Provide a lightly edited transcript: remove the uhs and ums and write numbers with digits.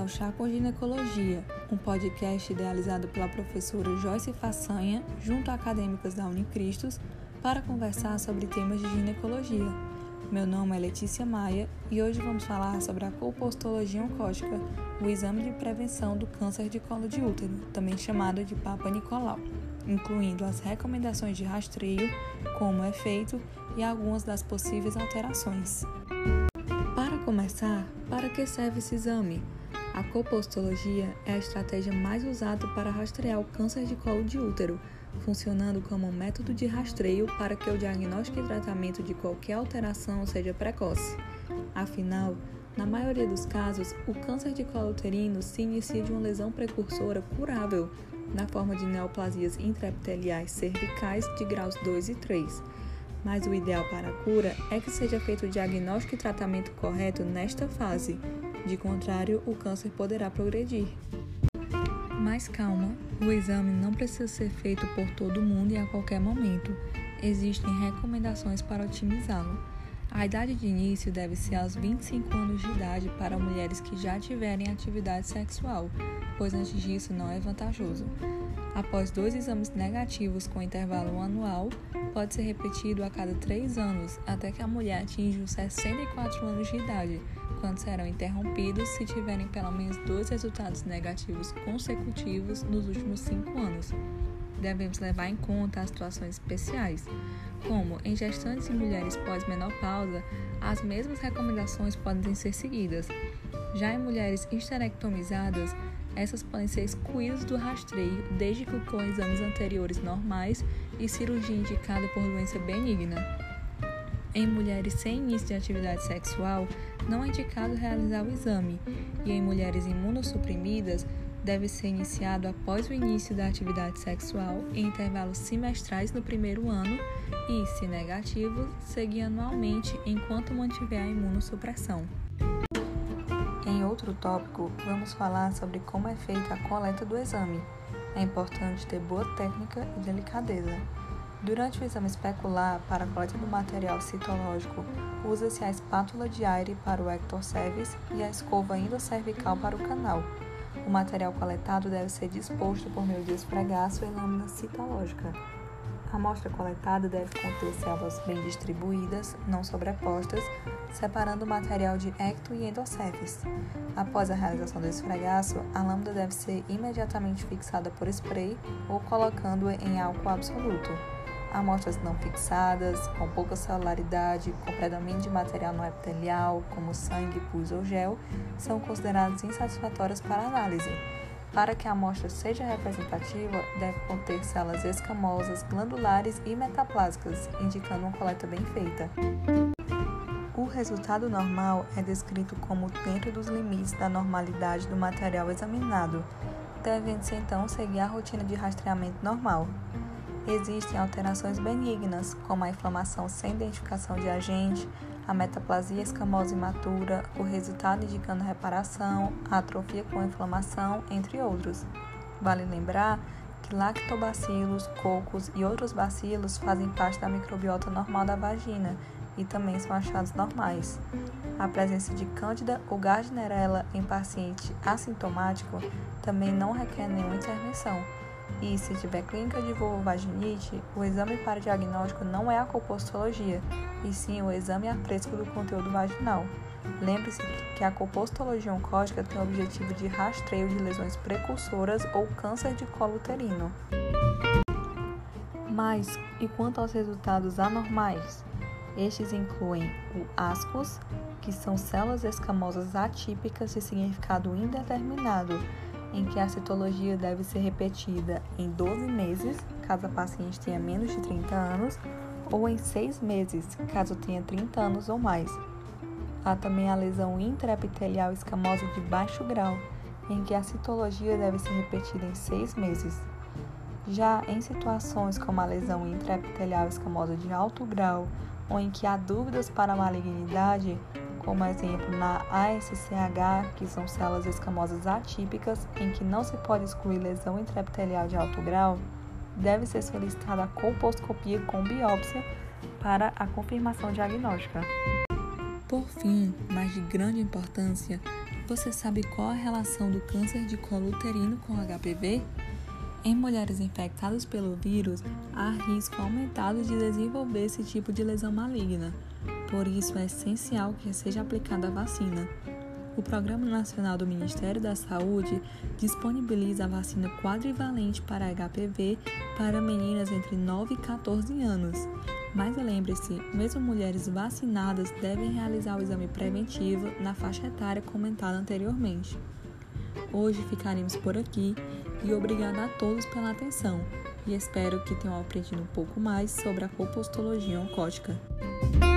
ao Chá com Ginecologia, um podcast idealizado pela professora Joyce Façanha, junto a acadêmicas da Unicristos, para conversar sobre temas de ginecologia. Meu nome é Letícia Maia e hoje vamos falar sobre a colpostologia oncótica, o exame de prevenção do câncer de colo de útero, também chamado de Papa Nicolau, incluindo as recomendações de rastreio, como é feito e algumas das possíveis alterações. Para começar, para que serve esse exame? A colpostologia é a estratégia mais usada para rastrear o câncer de colo de útero, funcionando como um método de rastreio para que o diagnóstico e tratamento de qualquer alteração seja precoce. Afinal, na maioria dos casos, o câncer de colo uterino se inicia de uma lesão precursora curável, na forma de neoplasias intraepiteliais cervicais de graus 2 e 3. Mas o ideal para a cura é que seja feito o diagnóstico e tratamento correto nesta fase. De contrário, o câncer poderá progredir. Mas calma, o exame não precisa ser feito por todo mundo e a qualquer momento. Existem recomendações para otimizá-lo. A idade de início deve ser aos 25 anos de idade para mulheres que já tiverem atividade sexual, pois antes disso não é vantajoso. Após 2 exames negativos com intervalo anual, pode ser repetido a cada 3 anos, até que a mulher atinja os 64 anos de idade, quando serão interrompidos se tiverem pelo menos 2 resultados negativos consecutivos nos últimos 5 anos. Devemos levar em conta as situações especiais, como em gestantes e mulheres pós-menopausa, as mesmas recomendações podem ser seguidas. Já em mulheres esterectomizadas, essas podem ser excluídas do rastreio desde que com exames anteriores normais e cirurgia indicada por doença benigna. Em mulheres sem início de atividade sexual, não é indicado realizar o exame, e em mulheres imunossuprimidas, deve ser iniciado após o início da atividade sexual em intervalos semestrais no primeiro ano e, se negativo, seguir anualmente enquanto mantiver a imunossupressão. Em outro tópico, vamos falar sobre como é feita a coleta do exame. É importante ter boa técnica e delicadeza. Durante o exame especular para a coleta do material citológico, usa-se a espátula de aire para o Hector cervis e a escova endocervical para o canal. O material coletado deve ser disposto por meio de esfregaço e lâmina citológica. A amostra coletada deve conter células bem distribuídas, não sobrepostas, separando o material de ecto e endocervis. Após a realização do esfregaço, a lâmina deve ser imediatamente fixada por spray ou colocando-a em álcool absoluto. Amostras não fixadas, com pouca celularidade, com predomínio de material não epitelial, como sangue, pus ou gel, são consideradas insatisfatórias para análise. Para que a amostra seja representativa, deve conter células escamosas, glandulares e metaplásicas, indicando uma coleta bem feita. O resultado normal é descrito como dentro dos limites da normalidade do material examinado, devendo-se então seguir a rotina de rastreamento normal. Existem alterações benignas, como a inflamação sem identificação de agente, a metaplasia escamosa imatura, o resultado indicando reparação, a atrofia com inflamação, entre outros. Vale lembrar que lactobacilos, cocos e outros bacilos fazem parte da microbiota normal da vagina e também são achados normais. A presença de Cândida ou Gardnerella em paciente assintomático também não requer nenhuma intervenção. E se tiver clínica de vulvovaginite, o exame para diagnóstico não é a colpostologia, e sim o exame a fresco do conteúdo vaginal. Lembre-se que a colpostologia oncótica tem o objetivo de rastreio de lesões precursoras ou câncer de colo uterino. Mas, e quanto aos resultados anormais? Estes incluem o ASCOS, que são células escamosas atípicas de significado indeterminado, em que a citologia deve ser repetida em 12 meses, caso a paciente tenha menos de 30 anos, ou em 6 meses, caso tenha 30 anos ou mais. Há também a lesão intraepitelial escamosa de baixo grau, em que a citologia deve ser repetida em 6 meses. Já em situações como a lesão intraepitelial escamosa de alto grau, ou em que há dúvidas para a malignidade, como exemplo na ASCH, que são células escamosas atípicas, em que não se pode excluir lesão intraepitelial de alto grau, deve ser solicitada a colposcopia com biópsia para a confirmação diagnóstica. Por fim, mas de grande importância, Você sabe qual a relação do câncer de colo uterino com HPV? Em mulheres infectadas pelo vírus, há risco aumentado de desenvolver esse tipo de lesão maligna. Por isso, é essencial que seja aplicada a vacina. O Programa Nacional do Ministério da Saúde disponibiliza a vacina quadrivalente para HPV para meninas entre 9 e 14 anos. Mas lembre-se, mesmo mulheres vacinadas devem realizar o exame preventivo na faixa etária comentada anteriormente. Hoje ficaremos por aqui e obrigada a todos pela atenção e espero que tenham aprendido um pouco mais sobre a compostologia oncótica.